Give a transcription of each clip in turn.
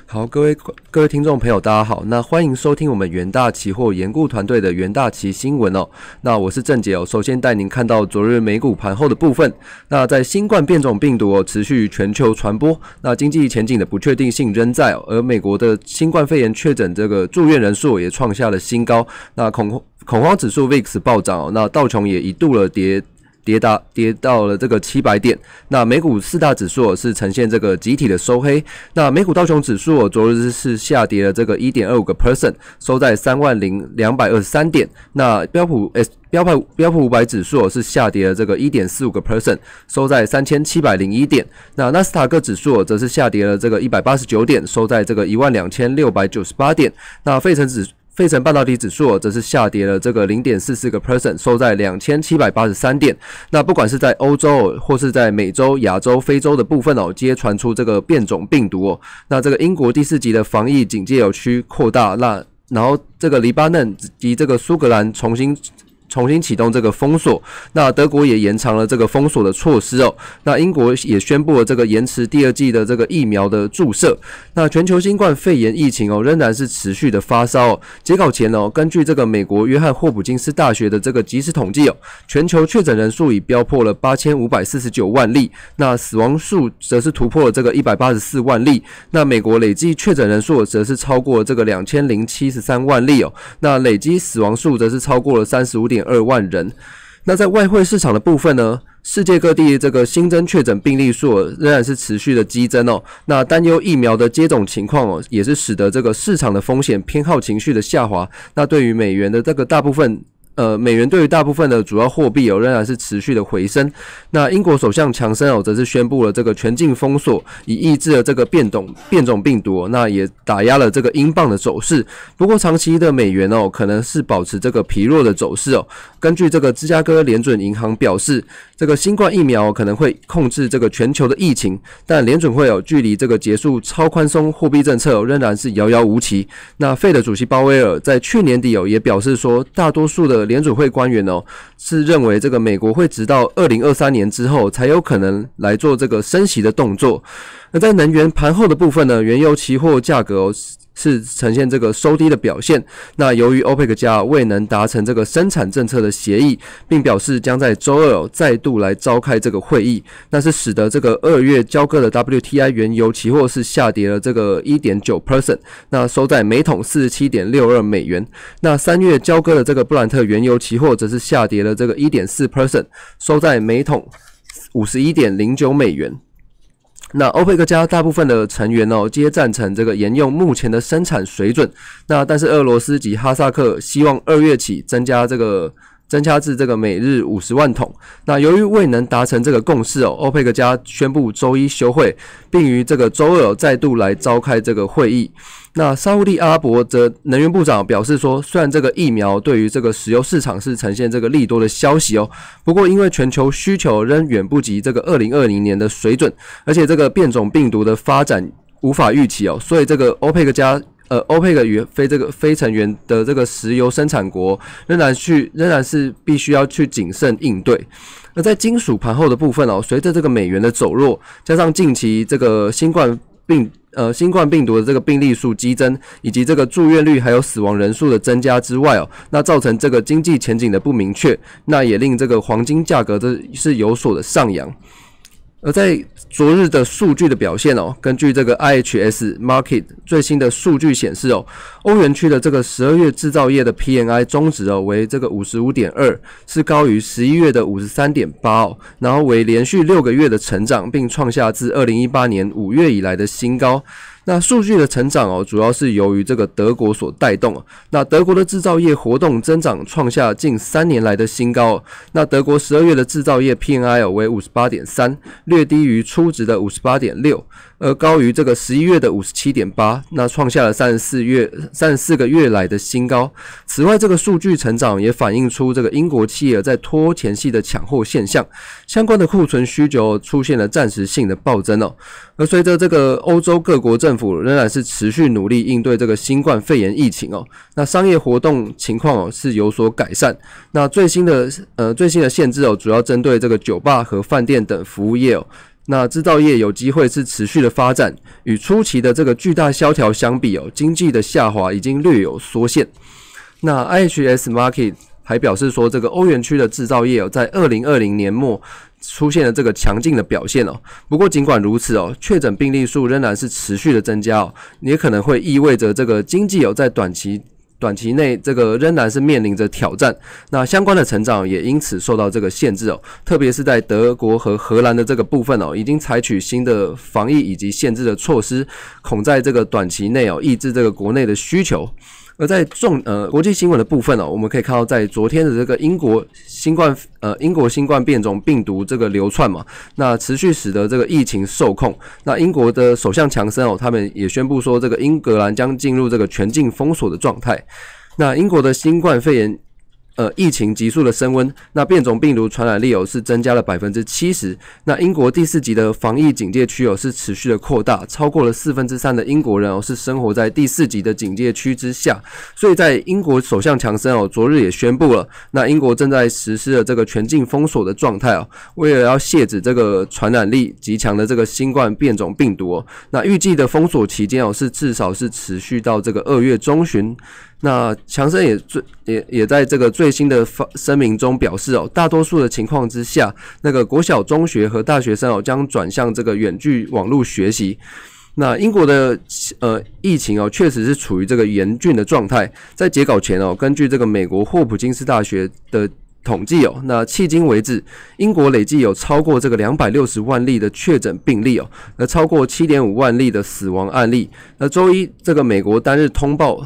好，各位听众朋友，大家好。那欢迎收听我们元大期货研顾团队的元大期新闻哦。那我是郑杰哦。首先带您看到昨日美股盘后的部分。那在新冠变种病毒持续全球传播，那经济前景的不确定性仍在而美国的新冠肺炎确诊这个住院人数也创下了新高。那恐慌指数 VIX 暴涨那道琼也一度了跌到了这个700点，那美股四大指数是呈现这个集体的收黑。那美股道琼指数昨日是下跌了这个 1.25%， 收在30223点。那标普500指数是下跌了这个 1.45%， 收在3701点。那纳斯达克指数则是下跌了这个189点，收在这个12698点。那费城半导体指数则是下跌了这个 0.44%， 收在2783点。那不管是在欧洲或是在美洲、亚洲、非洲的部分皆传出这个变种病毒那这个英国第4级的防疫警戒区扩大，然后这个黎巴嫩及这个苏格兰重新启动这个封锁，那德国也延长了这个封锁的措施那英国也宣布了这个延迟第2剂的这个疫苗的注射。那全球新冠肺炎疫情仍然是持续的发烧截稿前根据这个美国约翰霍普金斯大学的这个即时统计全球确诊人数已飙破了8549万例，那死亡数则是突破了这个184万例。那美国累计确诊人数则是超过了这个2073万例那累计死亡数则是超过了35.2万人。那在外汇市场的部分呢，世界各地这个新增确诊病例数仍然是持续的激增那担忧疫苗的接种情况也是使得这个市场的风险偏好情绪的下滑。那对于美元的这个美元对于大部分的主要货币仍然是持续的回升。那英国首相强生则是宣布了这个全境封锁，以抑制了这个变种病毒那也打压了这个英镑的走势。不过长期的美元可能是保持这个疲弱的走势根据这个芝加哥联准银行表示，这个新冠疫苗可能会控制这个全球的疫情，但联准会距离这个结束超宽松货币政策仍然是遥遥无期。那Fed主席鲍威尔在去年底也表示说，大多数的联准会官员是认为这个美国会直到2023年之后才有可能来做这个升息的动作。那在能源盘后的部分呢，原油期货价格是呈现这个收低的表现。那由于 OPEC 加未能达成这个生产政策的协议，并表示将在周二再度来召开这个会议，那是使得这个2月交割的 WTI 原油期货是下跌了这个 1.9%， 那收在每桶 47.62 美元。那3月交割的这个布兰特原油期货则是下跌了这个 1.4%， 收在每桶 51.09 美元。那欧佩克加大部分的成员皆赞成这个沿用目前的生产水准。那但是俄罗斯及哈萨克希望2月起增加至这个每日50万桶。那由于未能达成这个共识欧佩克加宣布周一休会，并于这个周二再度来召开这个会议。那沙烏地阿拉伯的能源部长表示说，虽然这个疫苗对于这个石油市场是呈现这个利多的消息不过因为全球需求仍远不及这个2020年的水准，而且这个变种病毒的发展无法预期所以这个欧佩克加OPEC 与非成员的这个石油生产国仍然是必须要去谨慎应对。而在金属盘后的部分随着这个美元的走弱，加上近期这个新冠病毒的这个病例数激增，以及这个住院率还有死亡人数的增加之外那造成这个经济前景的不明确，那也令这个黄金价格是有所的上扬。而在昨日的数据的表现根据这个 IHS Markit 最新的数据显示欧元区的这个12月制造业的 PMI 中值为这个 55.2， 是高于11月的 53.8然后为连续6个月的成长，并创下自2018年5月以来的新高。那数据的成长主要是由于这个德国所带动那德国的制造业活动增长创下近3年来的新高那德国12月的制造业 PMI 为 58.3， 略低于初值的 58.6， 而高于这个11月的 57.8， 那创下了34个月来的新高。此外，这个数据成长也反映出这个英国企业在拖前夕的抢货现象，相关的库存需求出现了暂时性的暴增而随着这个欧洲各国政府仍然是持续努力应对这个新冠肺炎疫情那商业活动情况是有所改善。那最新的限制主要针对这个酒吧和饭店等服务业那制造业有机会是持续的发展，与初期的这个巨大萧条相比经济的下滑已经略有缩限。那 IHS Markit 还表示说，这个欧元区的制造业在2020年末出现了这个强劲的表现不过尽管如此确诊病例数仍然是持续的增加也可能会意味着这个经济在短期内这个仍然是面临着挑战，那相关的成长也因此受到这个限制特别是在德国和荷兰的这个部分已经采取新的防疫以及限制的措施，恐在这个短期内抑制这个国内的需求。而在国际新闻的部分我们可以看到，在昨天的这个英国新冠变种病毒这个流窜嘛，那持续使得这个疫情受控。那英国的首相强森他们也宣布说，这个英格兰将进入这个全境封锁的状态。那英国的新冠肺炎疫情急速的升温，那变种病毒传染力是增加了 70%。那英国第4级的防疫警戒区是持续的扩大，超过了3/4的英国人是生活在第4级的警戒区之下。所以在英国首相强森昨日也宣布了，那英国正在实施了这个全境封锁的状态为了要遏制这个传染力极强的这个新冠变种病毒那预计的封锁期间是至少是持续到这个2月中旬。那强森也在这个最新的声明中表示大多数的情况之下，那个国小、中学和大学生将转向这个远距网络学习。那英国的疫情确实是处于这个严峻的状态。在截稿前根据这个美国霍普金斯大学的统计那迄今为止，英国累计有超过这个260万例的确诊病例那超过 7.5 万例的死亡案例。那周一这个英国单日通报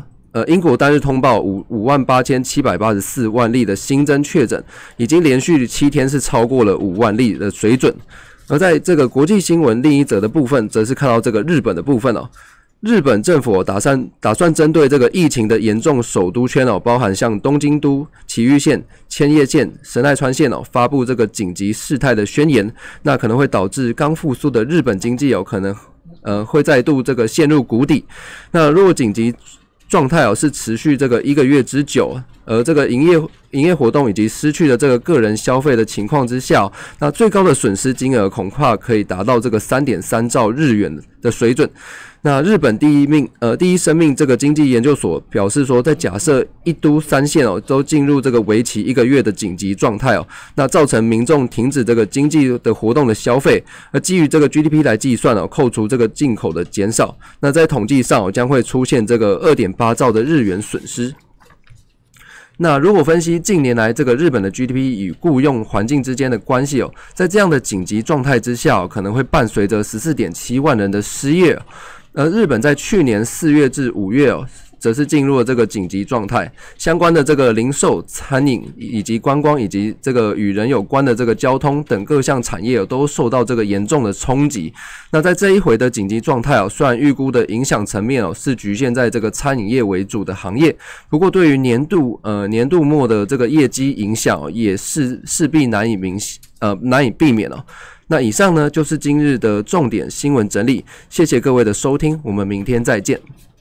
58784万例的新增确诊，已经连续7天是超过了5万例的水准。而在这个国际新闻另一则的部分，则是看到这个日本的部分日本政府打算针对这个疫情的严重首都圈包含像东京都、埼玉县、千叶县、神奈川县发布这个紧急事态的宣言，那可能会导致刚复苏的日本经济可能会再度这个陷入谷底。那如果紧急状态是持续这个1个月之久，而这个营业活动以及失去了这个个人消费的情况之下，那最高的损失金额恐怕可以达到这个 3.3 兆日元的水准。那日本第一生命这个经济研究所表示说，在假设1都3县都进入这个为期1个月的紧急状态那造成民众停止这个经济的活动的消费，而基于这个 GDP 来计算扣除这个进口的减少，那在统计上将会出现这个 2.8 兆的日元损失。那如果分析近年来这个日本的 GDP 与雇用环境之间的关系在这样的紧急状态之下可能会伴随着 14.7 万人的失业。日本在去年4月至5月则是进入了这个紧急状态，相关的这个零售、餐饮以及观光以及这个与人有关的这个交通等各项产业都受到这个严重的冲击。那在这一回的紧急状态虽然预估的影响层面是局限在这个餐饮业为主的行业，不过对于年度末的这个业绩影响也是势必难以避免那以上呢就是今日的重点新闻整理，谢谢各位的收听，我们明天再见。